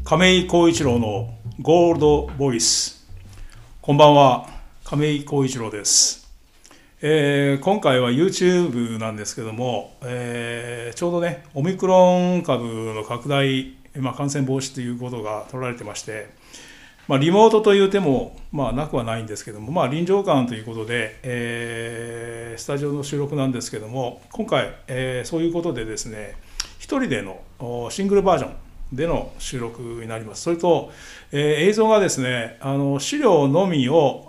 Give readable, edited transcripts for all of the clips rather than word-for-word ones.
亀井浩一郎のゴールドボイス。こんばんは、亀井浩一郎です。今回は YouTube なんですけども、ちょうどねオミクロン株の拡大、感染防止ということが取られてまして、リモートという手も、なくはないんですけども、臨場感ということで、スタジオの収録なんですけども、今回、そういうことでですね、一人でのシングルバージョンでの収録になります。それと、映像がですね、資料のみを、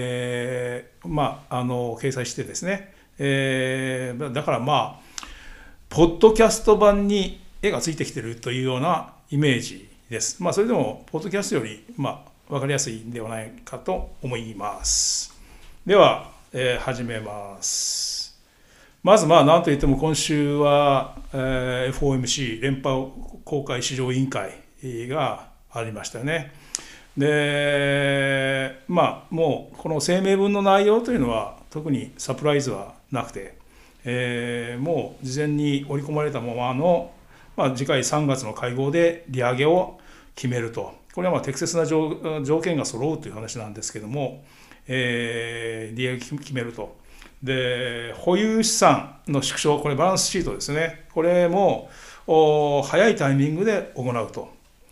掲載してですね、だからポッドキャスト版に絵がついてきているというようなイメージです。それでもポッドキャストより分かりやすいんではないかと思います。では、始めます。まず何といっても今週は、FOMC 連邦公開市場委員会がありましたよね。でもうこの声明文の内容というのは特にサプライズはなくて、もう事前に織り込まれたままの、次回3月の会合で利上げを決めると。これは適切な条件が揃うという話なんですけども、利上げ決めると。で保有資産の縮小、これバランスシートですね、これも早いタイミングで行うと。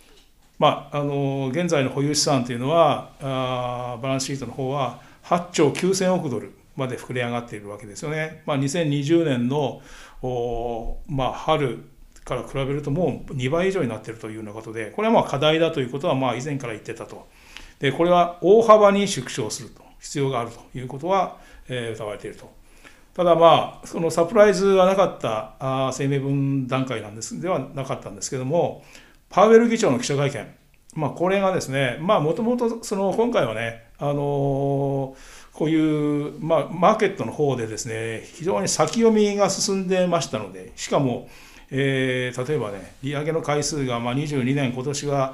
現在の保有資産というのはバランスシートの方は8兆9000億ドルまで膨れ上がっているわけですよね。2020年の春から比べるともう2倍以上になっているというようなことで、これは課題だということは以前から言ってたと。でこれは大幅に縮小すると必要があるということは謳われていると。ただそのサプライズはなかった声明文段階ではなかったんですけども、パウエル議長の記者会見、これがですね、もともと今回はね、こういうマーケットの方でですね、非常に先読みが進んでましたので、しかも、例えばね、利上げの回数が22年、今年は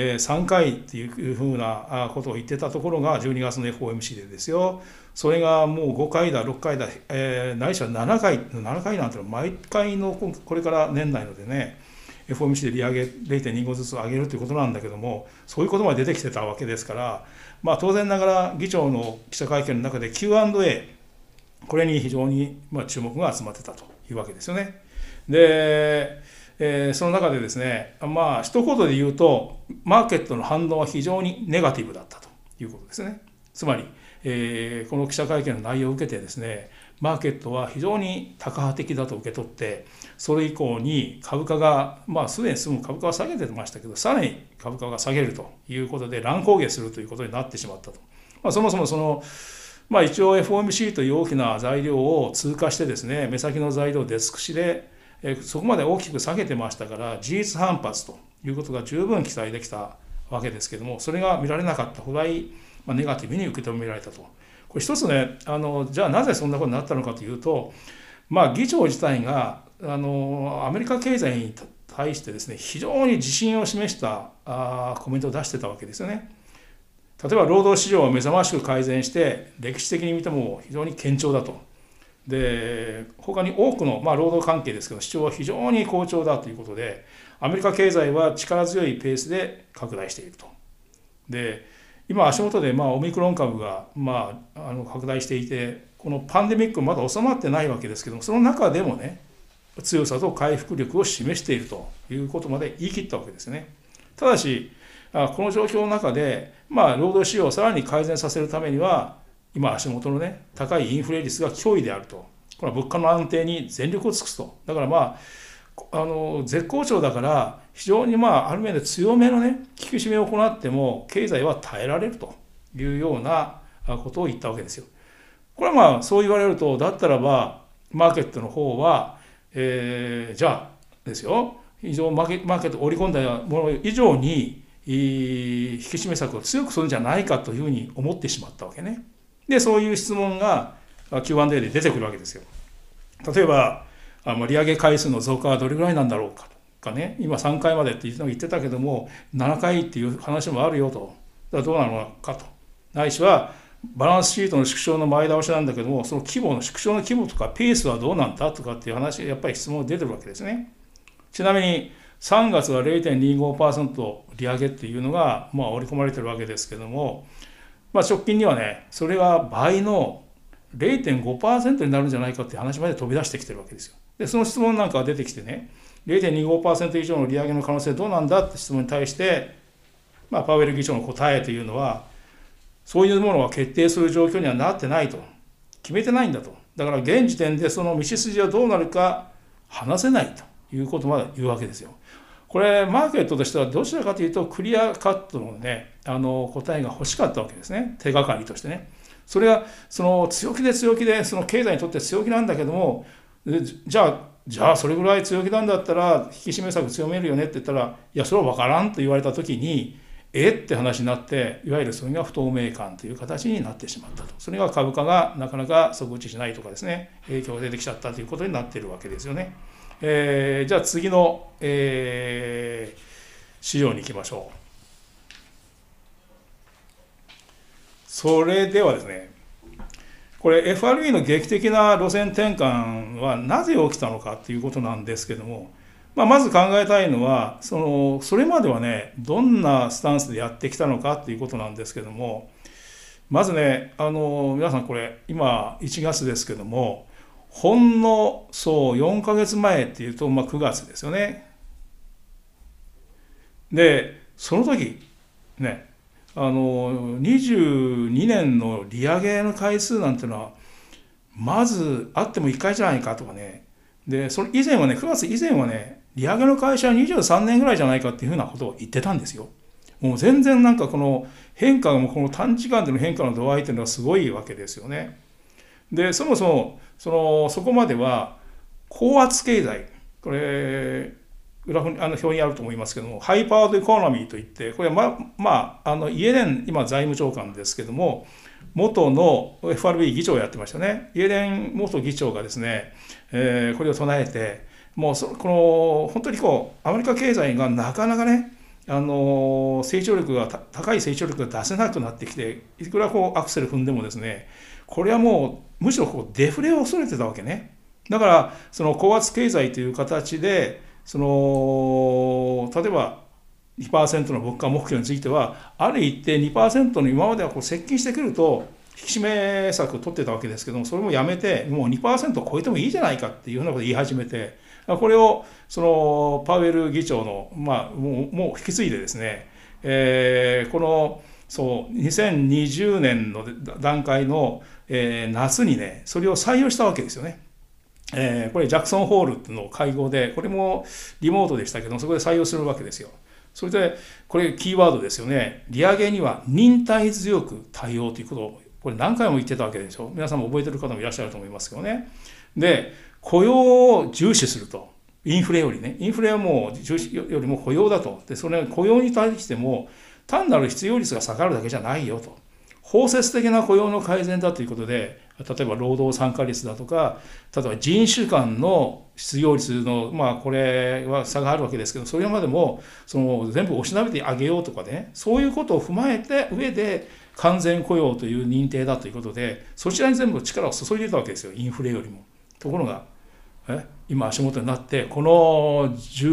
3回っていうふうなことを言ってたところが12月の FOMC でですよ、それがもう5回だ6回だ、ないしは7回なんてのは毎回のこれから年内のでね、FOMC で利上げ 0.25 ずつ上げるということなんだけども、そういうことまで出てきてたわけですから、当然ながら議長の記者会見の中で Q&A、 これに非常に注目が集まってたというわけですよね。でその中でですね、一言で言うとマーケットの反応は非常にネガティブだったということですね。つまり、この記者会見の内容を受けてですね、マーケットは非常にタカ派的だと受け取って、それ以降に株価がすでに済む株価は下げてましたけど、さらに株価が下げるということで乱高下するということになってしまったと。そもそも一応 FOMC という大きな材料を通過してですね、目先の材料を出尽くしでそこまで大きく下げてましたから、事実反発ということが十分期待できたわけですけども、それが見られなかったほどネガティブに受け止められたと。これ一つね、じゃあなぜそんなことになったのかというと、議長自体がアメリカ経済に対してですね、非常に自信を示したコメントを出してたわけですよね。例えば労働市場は目覚ましく改善して、歴史的に見ても非常に堅調だと。で他に多くの、労働関係ですけど、主張は非常に好調だということで、アメリカ経済は力強いペースで拡大していると。で今足元でオミクロン株が拡大していて、このパンデミックまだ収まってないわけですけども、その中でもね、強さと回復力を示しているということまで言い切ったわけですね。ただしこの状況の中で、労働市場をさらに改善させるためには、今足元のね、高いインフレ率が脅威であると。これは物価の安定に全力を尽くすと。だから絶好調だから、非常にある面で強めのね、引き締めを行っても経済は耐えられるというようなことを言ったわけですよ。これはそう言われると、だったらマーケットの方は、じゃあですよ、非常にマーケットを織り込んだもの以上に引き締め策を強くするんじゃないかというふうに思ってしまったわけね。でそういう質問が Q&A で出てくるわけですよ。例えば利上げ回数の増加はどれぐらいなんだろうかね、今3回までって言ってたけども7回っていう話もあるよと。だからどうなのかと。ないしはバランスシートの縮小の前倒しなんだけども、その縮小の規模とかペースはどうなんだとかっていう話、やっぱり質問が出てるわけですね。ちなみに 3月は 0.25% 利上げっていうのが、織り込まれてるわけですけども、直近にはね、それが倍の 0.5% になるんじゃないかっていう話まで飛び出してきてるわけですよ。で、その質問なんかが出てきてね、0.25% 以上の利上げの可能性どうなんだって質問に対して、パウエル議長の答えというのは、そういうものは決定する状況にはなってないと。決めてないんだと。だから現時点でその道筋はどうなるか話せないということまで言うわけですよ。これ、マーケットとしてはどちらかというとクリアカットのね、答えが欲しかったわけですね。手がかりとしてね。それがその強気でその経済にとって強気なんだけども、じゃあそれぐらい強気なんだったら引き締め策強めるよねって言ったら、いやそれは分からんと言われた時にって話になって、いわゆるそれが不透明感という形になってしまったと。それが株価がなかなか底打ちしないとかですね、影響が出てきちゃったということになっているわけですよね。じゃあ次の、資料に行きましょう。それではですね、これ FRB の劇的な路線転換はなぜ起きたのかということなんですけども、まず考えたいのはそれまではね、どんなスタンスでやってきたのかということなんですけども、まずね、皆さんこれ今1月ですけども、ほんの4ヶ月前っていうと、9月ですよね。でその時ね、22年の利上げの回数なんていうのはまずあっても1回じゃないかとかね。でそれ以前はね、9月以前はね、利上げの会社は23年ぐらいじゃないかっていうふうなことを言ってたんですよ。もう全然なんかこの変化がこの短時間での変化の度合いというのはすごいわけですよね。でそもそもそこまでは高圧経済、これグラフに表にあると思いますけども、ハイパワードエコノミーといって、これはイエレン今財務長官ですけども、元の FRB 議長をやってましたね。イエレン元議長がですね、これを唱えて、もうこの本当にアメリカ経済がなかなかね、成長力が高い成長力が出せなくなってきて、いくらアクセル踏んでもですね、これはもうむしろデフレを恐れてたわけね。だからその高圧経済という形で例えば 2% の物価目標についてはある一定 2% の今までは接近してくると引き締め策を取ってたわけですけども、それもやめてもう 2% を超えてもいいじゃないかっていうようなことを言い始めて、これをパウエル議長のもう引き継いでですね、この2020年の段階の夏にね、それを採用したわけですよね。これジャクソンホールの会合で、これもリモートでしたけど、そこで採用するわけですよ。それでこれキーワードですよね。利上げには忍耐強く対応ということをこれ何回も言ってたわけでしょ。皆さんも覚えてる方もいらっしゃると思いますけどね。で雇用を重視すると、インフレよりね、インフレはもう重視よりも雇用だと。でそれは雇用に対しても単なる失業率が下がるだけじゃないよと、包摂的な雇用の改善だということで、例えば労働参加率だとか、例えば人種間の失業率のこれは差があるわけですけど、それまでも全部おしなべてあげようとかね、そういうことを踏まえて上で完全雇用という認定だということで、そちらに全部力を注いでいたわけですよ、インフレよりも。ところが今足元になって、この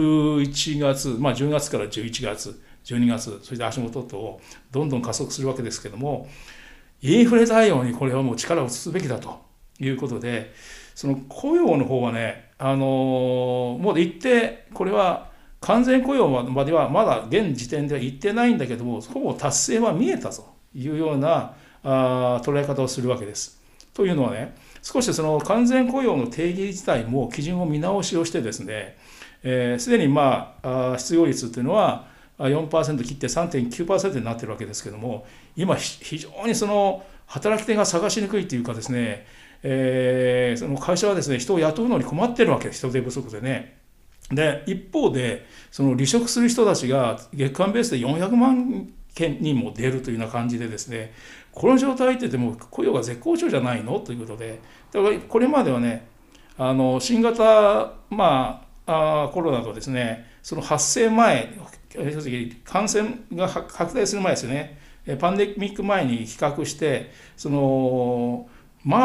11月、10月から11月12月、そして足元とどんどん加速するわけですけども、インフレ対応にこれはもう力を移すべきだということで、その雇用の方はね、もう一定これは完全雇用まではまだ現時点では言ってないんだけども、ほぼ達成は見えたというような捉え方をするわけです。というのはね、少しその完全雇用の定義自体も基準を見直しをしてですね、すでに失業率というのは4% 切って 3.9% になっているわけですけども、今非常にその働き手が探しにくいというかですね、その会社はですね、人を雇うのに困っているわけです、人手不足でね。で一方でその離職する人たちが月間ベースで400万件にも出るというような感じでですね、この状態ってでも雇用が絶好調じゃないのということで、だからこれまではね、新型コロナとですね、その発生前、感染が拡大する前ですよね、パンデミック前に比較して、その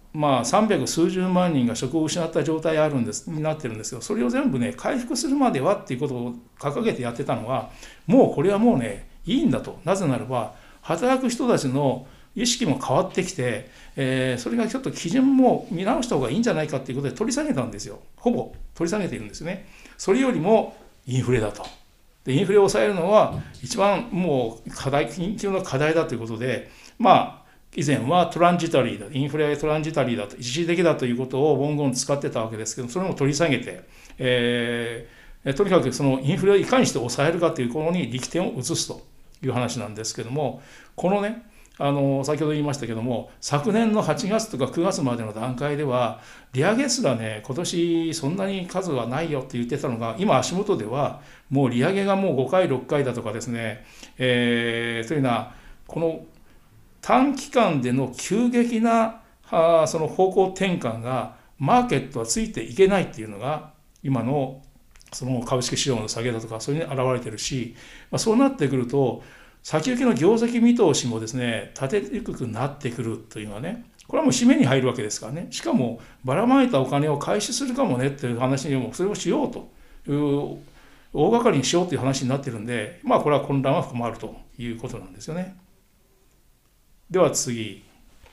300数十万人が職を失った状態になってるんですけど、それを全部ね回復するまではっていうことを掲げてやってたのは、もうこれはもうねいいんだと。なぜならば働く人たちの意識も変わってきて、それがちょっと基準も見直した方がいいんじゃないかっていうことで取り下げたんですよ。ほぼ取り下げているんですね。それよりもインフレだと。でインフレを抑えるのは一番もう緊急の課題だということで、以前はトランジタリーだ、インフレはトランジタリーだと、一時的だということを文言を使ってたわけですけど、それも取り下げて、とにかくそのインフレをいかにして抑えるかということに力点を移すという話なんですけども、このね、先ほど言いましたけども、昨年の8月とか9月までの段階では、利上げすらね、今年そんなに数はないよって言ってたのが、今足元では、もう利上げがもう5回、6回だとかですね、というような、この短期間での急激なその方向転換がマーケットはついていけないっていうのが今のその株式市場の下げだとかそういうのに現れてるし、そうなってくると先行きの業績見通しもですね立てにくくなってくるというのはね、これはもう締めに入るわけですからね。しかもばらまいたお金を回収するかもねっていう話にもそれをしようという大掛かりにしようという話になってるんで、これは混乱は深まるということなんですよね。では次、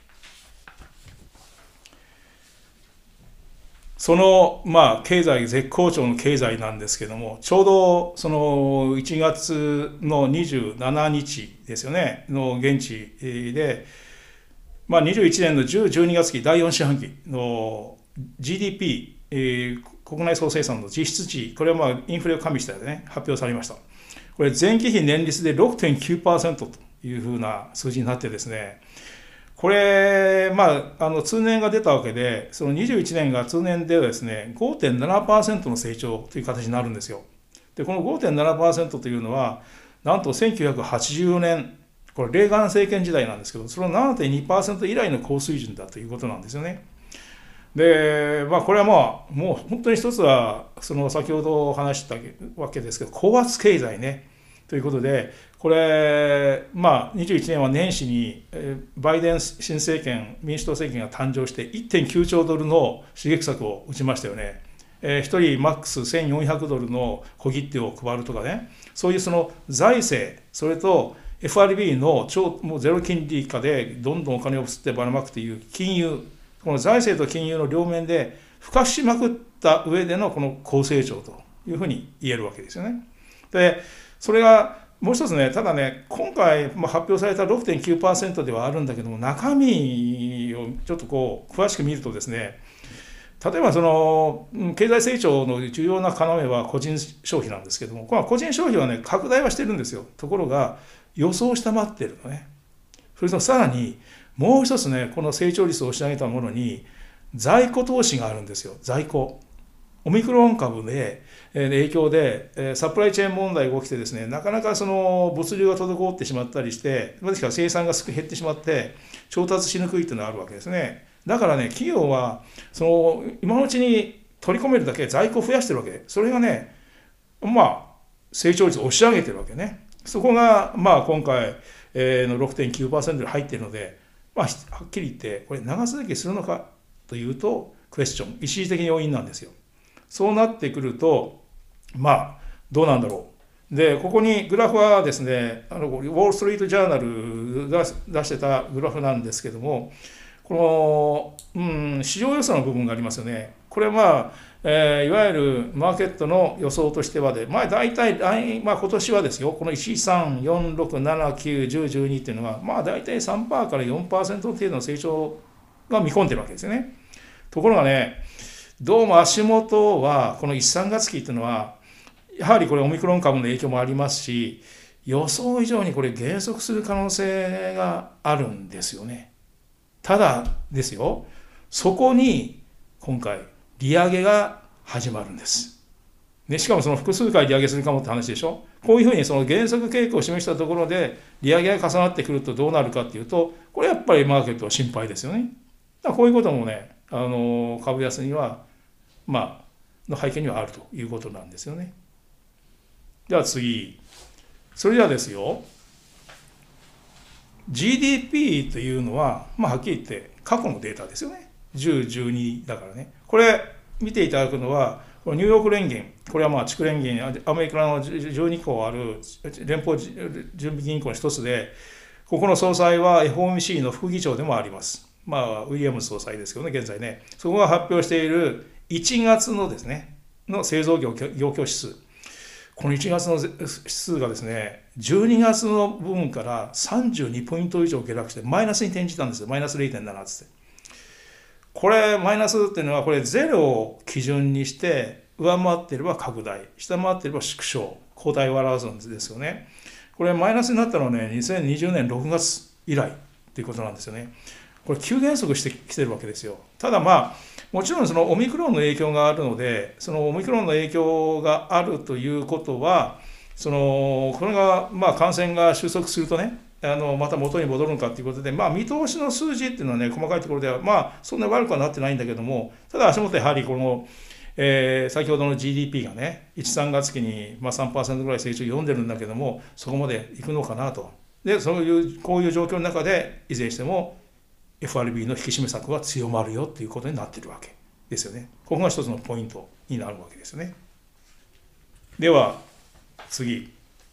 その経済絶好調の経済なんですけども、ちょうどその1月の27日ですよねの現地で、21年の10、12月期第4四半期の GDP、国内総生産の実質値、これはインフレを加味したでね発表されました。これ前期比年率で 6.9% というふうな数字になってですね、これ、通年が出たわけで、その21年が通年ではですね、5.7% の成長という形になるんですよ。で、この 5.7% というのは、なんと1984年、これレーガン政権時代なんですけど、その 7.2% 以来の高水準だということなんですよね。で、これはもう本当に一つは、その先ほど話したわけですけど、高圧経済ね。ということで、これ、21年は年始にバイデン新政権、民主党政権が誕生して $1.9 兆の刺激策を打ちましたよね。1人マックス$1,400の小切手を配るとかね、そういうその財政、それと FRB のもうゼロ金利下でどんどんお金を吸ってばらまくという金融、この財政と金融の両面で付加しまくった上でのこの高成長というふうに言えるわけですよね。でそれがもう一つね、ただね、今回発表された 6.9% ではあるんだけども、中身をちょっと詳しく見るとですね、例えばその経済成長の重要な要は個人消費なんですけども、この個人消費はね、拡大はしてるんですよ。ところが予想を下回ってるのね。それとさらにもう一つね、この成長率を押し上げたものに在庫投資があるんですよ。在庫。オミクロン株で影響でサプライチェーン問題が起きてですね、なかなかその物流が滞ってしまったりして、ですから生産が減ってしまって調達しにくいというのがあるわけですね。だからね、企業はその今のうちに取り込めるだけ在庫を増やしてるわけ。それがね、成長率を押し上げてるわけね。そこが今回の 6.9% に入っているので、はっきり言ってこれ長続きするのかというとクエスチョン、一時的な要因なんですよ。そうなってくるとどうなんだろう。でここにグラフはですね、ウォール・ストリート・ジャーナルが出してたグラフなんですけども、この、市場予想の部分がありますよね。これはいわゆるマーケットの予想としてはで、大体今年はですよ、この13467910112っていうのは大体 3% から 4% 程度の成長が見込んでるわけですよね。ところがね、どうも足元はこの1、3月期っていうのはやはりこれオミクロン株の影響もありますし、予想以上にこれ減速する可能性があるんですよね。ただですよ、そこに今回利上げが始まるんです。でしかもその複数回利上げするかもって話でしょ。こういうふうにその減速傾向を示したところで利上げが重なってくるとどうなるかっていうと、これやっぱりマーケットは心配ですよね。だからこういうこともね、株安にはの背景にはあるということなんですよね。では次、それではですよ、GDP というのははっきり言って過去のデータですよね。 10、12だからね。これ見ていただくのは、このニューヨーク連銀、これは地区連銀、アメリカの12個ある連邦準備銀行の一つで、ここの総裁は FOMC の副議長でもあります。ウィリアムズ総裁ですけどね、現在ね。そこが発表している1月のですね、の製造業況指数。この1月の指数がですね、12月の部分から32ポイント以上下落して、マイナスに転じたんですよ。マイナス 0.7 つって。これ、マイナスっていうのは、これゼロを基準にして、上回っていれば拡大、下回っていれば縮小、後退を表すんですよね。これ、マイナスになったのはね、2020年6月以来ということなんですよね。これ、急減速してきてるわけですよ。ただもちろんそのオミクロンの影響があるので、そのオミクロンの影響があるということは、これが感染が収束するとね、また元に戻るのかということで、見通しの数字っていうのはね、細かいところでは、そんなに悪くはなってないんだけども、ただ足元やはりこの、先ほどの GDP がね、1、3月期に3% ぐらい成長読んでるんだけども、そこまでいくのかなと。で、こういう状況の中で、いずれにしても、FRB の引き締め策が強まるよということになっているわけですよね。ここが一つのポイントになるわけですよね。では次、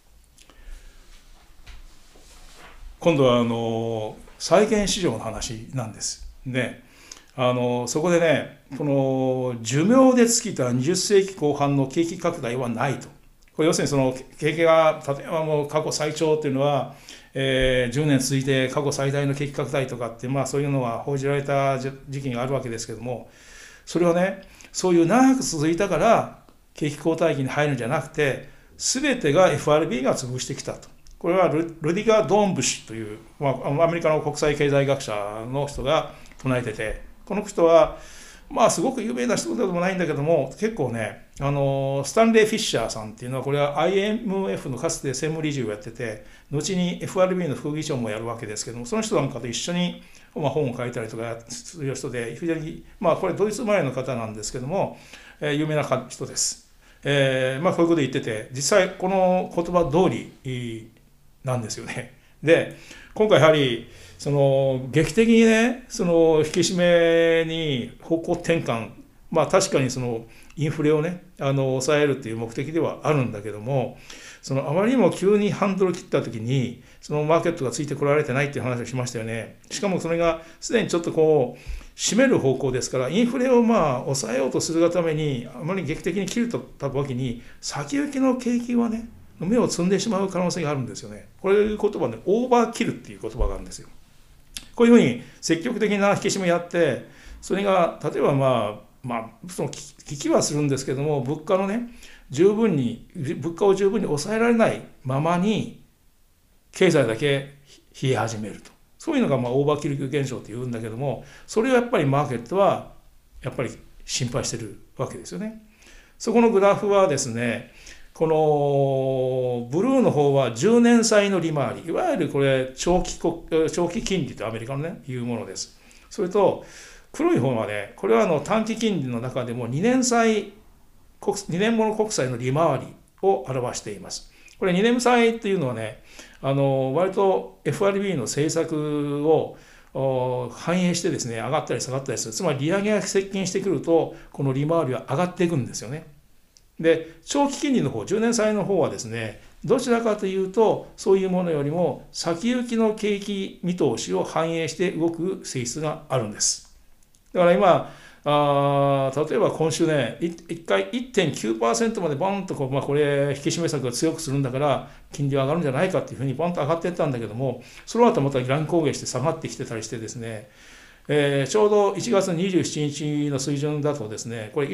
今度は債券市場の話なんです。で、そこでね、この寿命で尽きた20世紀後半の景気拡大はないと。これ要するにその景気が例えばもう過去最長というのは、10年続いて過去最大の景気拡大とかって、そういうのは報じられた時期があるわけですけども、それはね、そういう長く続いたから景気後退期に入るんじゃなくて、全てが FRB が潰してきたと。これはルディガー・ドーンブ氏という、アメリカの国際経済学者の人が唱えてて、この人はすごく有名な人でもないんだけども、結構ね、スタンレー・フィッシャーさんっていうのは、これは IMF のかつて専務理事をやってて、後に FRB の副議長もやるわけですけども、その人なんかと一緒に本を書いたりとかする人で、非常に、これドイツ生まれの方なんですけども、有名な人です。こういうこと言ってて、実際この言葉通りなんですよね。で、今回やはり、劇的にね、引き締めに方向転換、確かにインフレをね、抑えるっていう目的ではあるんだけども、あまりにも急にハンドル切った時に、マーケットがついてこられてないっていう話をしましたよね。しかもそれがすでにちょっと締める方向ですから、インフレを抑えようとするがために、あまり劇的に切るとった時に、先行きの景気はね、目を摘んでしまう可能性があるんですよね。こういう言葉で、オーバーキルっていう言葉があるんですよ。こういうふうに積極的な引き締めやって、それが例えばその危機はするんですけども、物価を十分に抑えられないままに経済だけ冷え始めると、そういうのがオーバーキル現象というんだけども、それをやっぱりマーケットはやっぱり心配してるわけですよね。そこのグラフはですね、このブルーの方は10年債の利回り、いわゆるこれ長期金利とアメリカのねいうものです。それと黒い方はね、これは短期金利の中でも2年もの国債の利回りを表しています。これ2年債っていうのはね、割と FRB の政策を反映してですね、上がったり下がったりする。つまり利上げが接近してくると、この利回りは上がっていくんですよね。で、長期金利の方、10年債の方はですね、どちらかというと、そういうものよりも先行きの景気見通しを反映して動く性質があるんです。だから今、例えば今週ね、1回 1.9% までボンとこれ引き締め策が強くするんだから、金利は上がるんじゃないかっていうふうにボンと上がっていったんだけども、その後また乱高下して下がってきてたりしてですね、ちょうど1月27日の水準だとですね、これ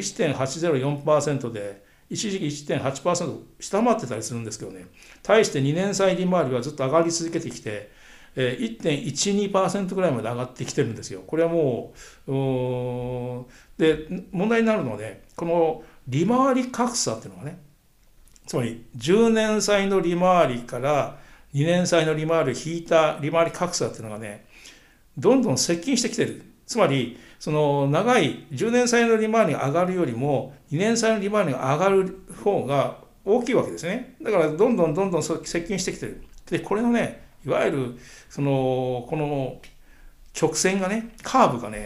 1.804% で、一時期 1.8% 下回ってたりするんですけどね、対して2年債利回りはずっと上がり続けてきて、1.12% ぐらいまで上がってきてるんですよ。これはもう、で、問題になるので、この利回り格差っていうのがね、つまり10年債の利回りから2年債の利回りを引いた利回り格差っていうのがね、どんどん接近してきてる。つまり、長い10年債の利回りが上がるよりも、2年債の利回りが上がる方が大きいわけですね。だから、どんどん接近してきてる。で、これのね、いわゆる、この曲線がね、カーブがね、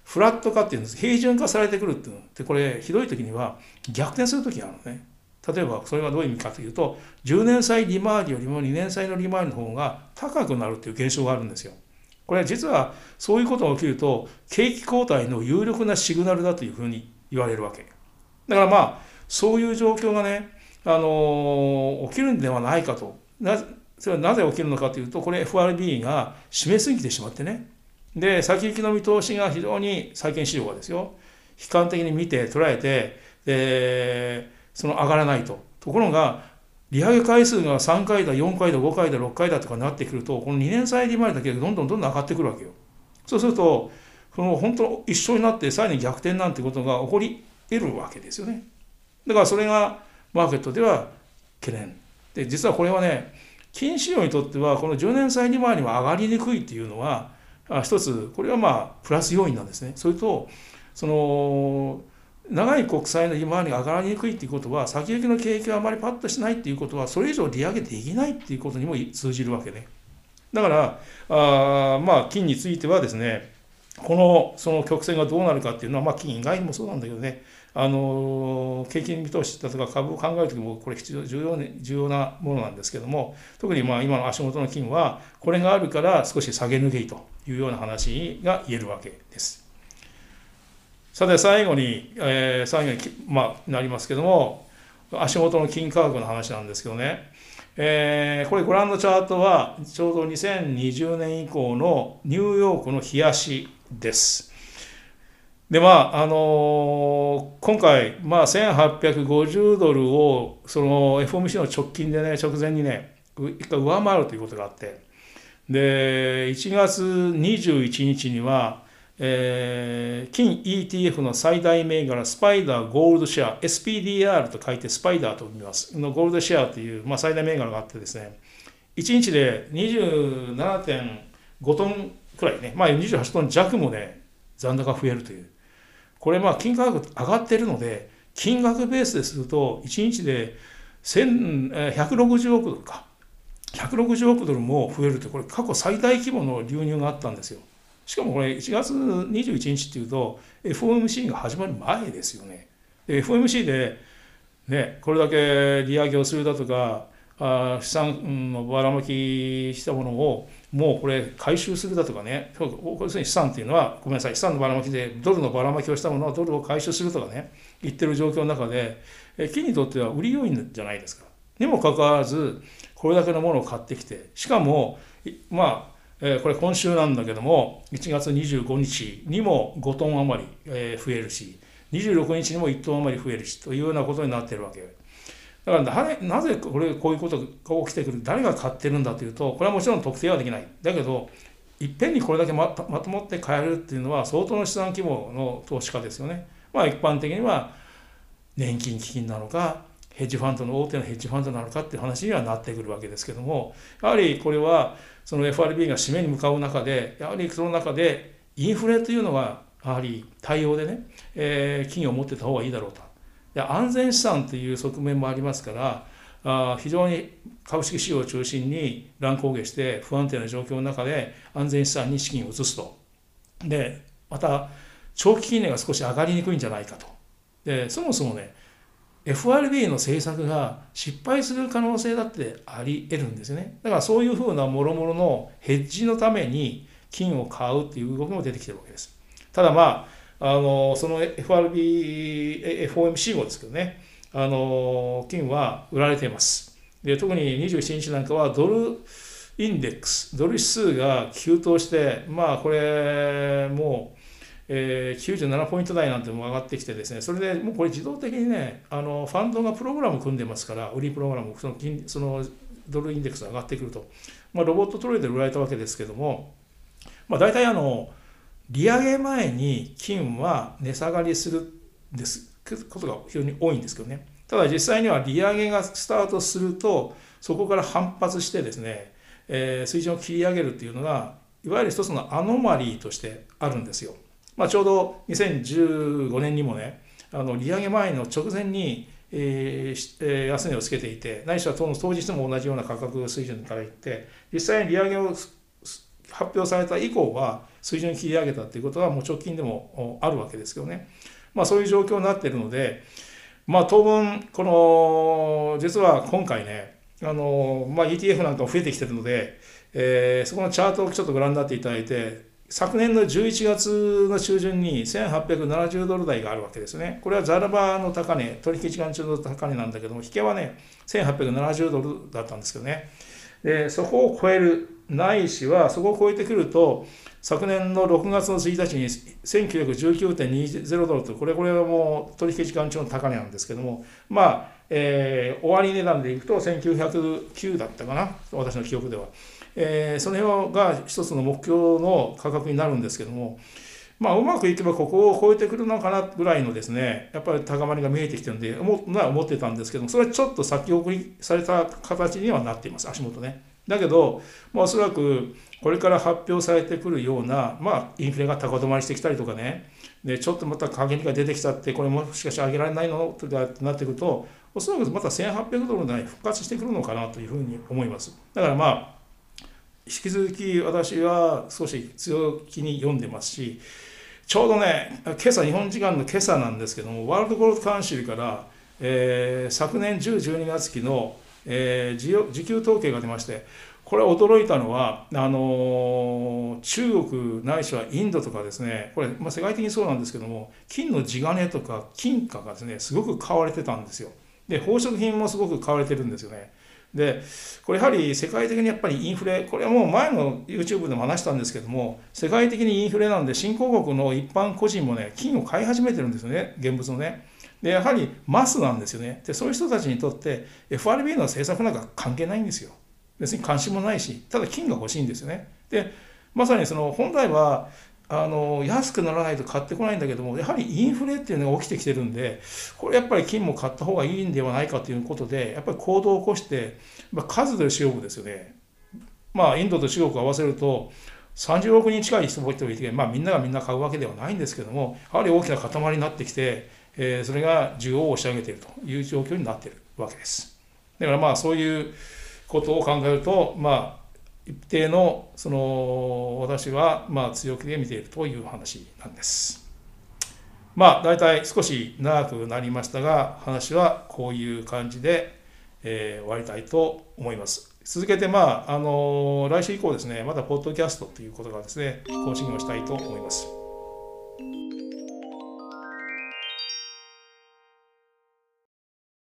フラット化っていうんです。平準化されてくるっていうので、これひどい時には逆転する時があるのね。例えばそれはどういう意味かというと、10年債利回りよりも2年債の利回りの方が高くなるっていう現象があるんですよ。これ実はそういうことが起きると景気後退の有力なシグナルだというふうに言われるわけだから、まあそういう状況がね、起きるんではないかと。それはなぜ起きるのかというと、これ FRB が締めすぎてしまってね、で先行きの見通しが非常に債券市場がですよ、悲観的に見て捉えて、その上がらないと。ところが利上げ回数が3回だ4回だ5回だ6回だとかなってくると、この2年債利回りだけでどんどん上がってくるわけよ。そうすると本当一緒になってさらに逆転なんてことが起こり得るわけですよね。だからそれがマーケットでは懸念で、実はこれはね、金市場にとってはこの10年債利回りは上がりにくいっていうのは一つ、これはまあプラス要因なんですね。それとその長い国債の利回りが上がりにくいっていうことは、先行きの景気があまりパッとしないっていうことは、それ以上利上げできないっていうことにも通じるわけね。だからまあ金についてはですね、その曲線がどうなるかっていうのは、まあ金以外にもそうなんだけどね、景気見通しだとか株を考えるときもこれ重要なものなんですけども、特にまあ今の足元の金はこれがあるから少し下げ抜けいというような話が言えるわけです。さて最後にまあなりますけども、足元の金価格の話なんですけどね、これご覧のチャートはちょうど2020年以降のニューヨークの冷やしです。でまあ今回、まあ、1850ドルをその FOMC の直近でね、直前にね一回上回るということがあって、で1月21日には金 ETF の最大銘柄スパイダーゴールドシェア SPDR と書いてスパイダーと読みますのゴールドシェアという、まあ、最大銘柄があってですね、1日で 27.5 トンくらいね、まあ、28トン弱もね残高が増えるという、これまあ金価格上がっているので、金額ベースですると1日で160億ドルか160億ドルも増えるという、これ過去最大規模の流入があったんですよ。しかもこれ1月21日っていうと FOMC が始まる前ですよね。で FOMC で、ね、これだけ利上げをするだとか資産のばらまきしたものをもうこれ回収するだとかね、要するに資産っていうのはごめんなさい、資産のばらまきでドルのばらまきをしたものはドルを回収するとかね言ってる状況の中で、金にとっては売り要因じゃないですか。にもかかわらずこれだけのものを買ってきて、しかもまあこれ今週なんだけども、1月25日にも5トン余り増えるし、26日にも1トン余り増えるしというようなことになっているわけ。だからなぜこういうことが起きてくる、誰が買ってるんだというと、これはもちろん特定はできない。だけどいっぺんにこれだけまとまって買えるっていうのは相当の資産規模の投資家ですよね。まあ一般的には年金基金なのかヘッジファンドの大手のヘッジファンドなのかっていう話にはなってくるわけですけども、やはりこれはその FRB が締めに向かう中で、やはりその中でインフレというのはやはり対応でね、金を持ってた方がいいだろうと。で安全資産という側面もありますから、非常に株式市場を中心に乱高下して不安定な状況の中で安全資産に資金を移すと。でまた長期金利が少し上がりにくいんじゃないかと。でそもそもねFRB の政策が失敗する可能性だってあり得るんですよね。だからそういうふうなもろもろのヘッジのために金を買うっていう動きも出てきてるわけです。ただまあその FOMC 後ですけどね、金は売られています。で特に27日なんかはドルインデックス、ドル指数が急騰して、まあこれもう97ポイント台なんても上がってきてですね、それでもうこれ自動的にねファンドがプログラム組んでますから、売りプログラムそのドルインデックスが上がってくると、まあ、ロボットトレードで売られたわけですけども、まあ、大体利上げ前に金は値下がりするんですことが非常に多いんですけどね。ただ実際には利上げがスタートするとそこから反発してですね、水準を切り上げるっていうのがいわゆる一つのアノマリーとしてあるんですよ。まあ、ちょうど2015年にもね利上げ前の直前に、安値をつけていて、ないしは当日も同じような価格水準からいって、実際に利上げを発表された以降は水準切り上げたということはもう直近でもあるわけですけどね、そういう状況になっているので、当分実は今回ねETF なんかも増えてきてるので、そこのチャートをちょっとご覧になっていただいて、昨年の11月の中旬に1870ドル台があるわけですね。これはザラバの高値、取引時間中の高値なんだけども、引けはね1870ドルだったんですけどね。でそこを超えるないしはそこを超えてくると、昨年の6月の1日に 1919.20 ドルと、これはもう取引時間中の高値なんですけども、終わり値段でいくと1909だったかな、私の記憶では。その辺が一つの目標の価格になるんですけども、うまくいけばここを超えてくるのかなぐらいのですね、やっぱり高まりが見えてきてるんで、思ってたんですけども、それはちょっと先送りされた形にはなっています、足元ね。だけど、おそらくこれから発表されてくるような、インフレが高止まりしてきたりとかね、でちょっとまた陰りが出てきたって、これもしかして上げられないのとかってなってくると、おそらくまた1800ドル台に復活してくるのかなというふうに思います。だから引き続き私は少し強気に読んでますし、ちょうどね、日本時間の今朝なんですけども、ワールドゴールドカウンシルから、昨年10、12月期の、需給統計が出まして、これ驚いたのは、中国ないしはインドとかですね、これ、世界的にそうなんですけども、金の地金とか金貨がですね、すごく買われてたんですよ。で、宝飾品もすごく買われてるんですよね。でこれやはり世界的にやっぱりインフレ、これはもう前の YouTube でも話したんですけども、世界的にインフレなんで新興国の一般個人もね金を買い始めてるんですよね、現物のね。でやはりマスなんですよね。でそういう人たちにとって FRB の政策なんか関係ないんですよ。別に関心もないし、ただ金が欲しいんですよね。でまさに本来は安くならないと買ってこないんだけども、やはりインフレっていうのが起きてきてるんで、これやっぱり金も買った方がいいんではないかということで、やっぱり行動を起こして、数で勝負ですよね。インドと中国を合わせると30億人近い人もいて、みんながみんな買うわけではないんですけども、やはり大きな塊になってきて、それが需要を押し上げているという状況になっているわけです。だからそういうことを考えると、一定の私は強気で見ているという話なんです。大体少し長くなりましたが、話はこういう感じで、終わりたいと思います。続けて来週以降ですね、またポッドキャストということがですね、更新をしたいと思います。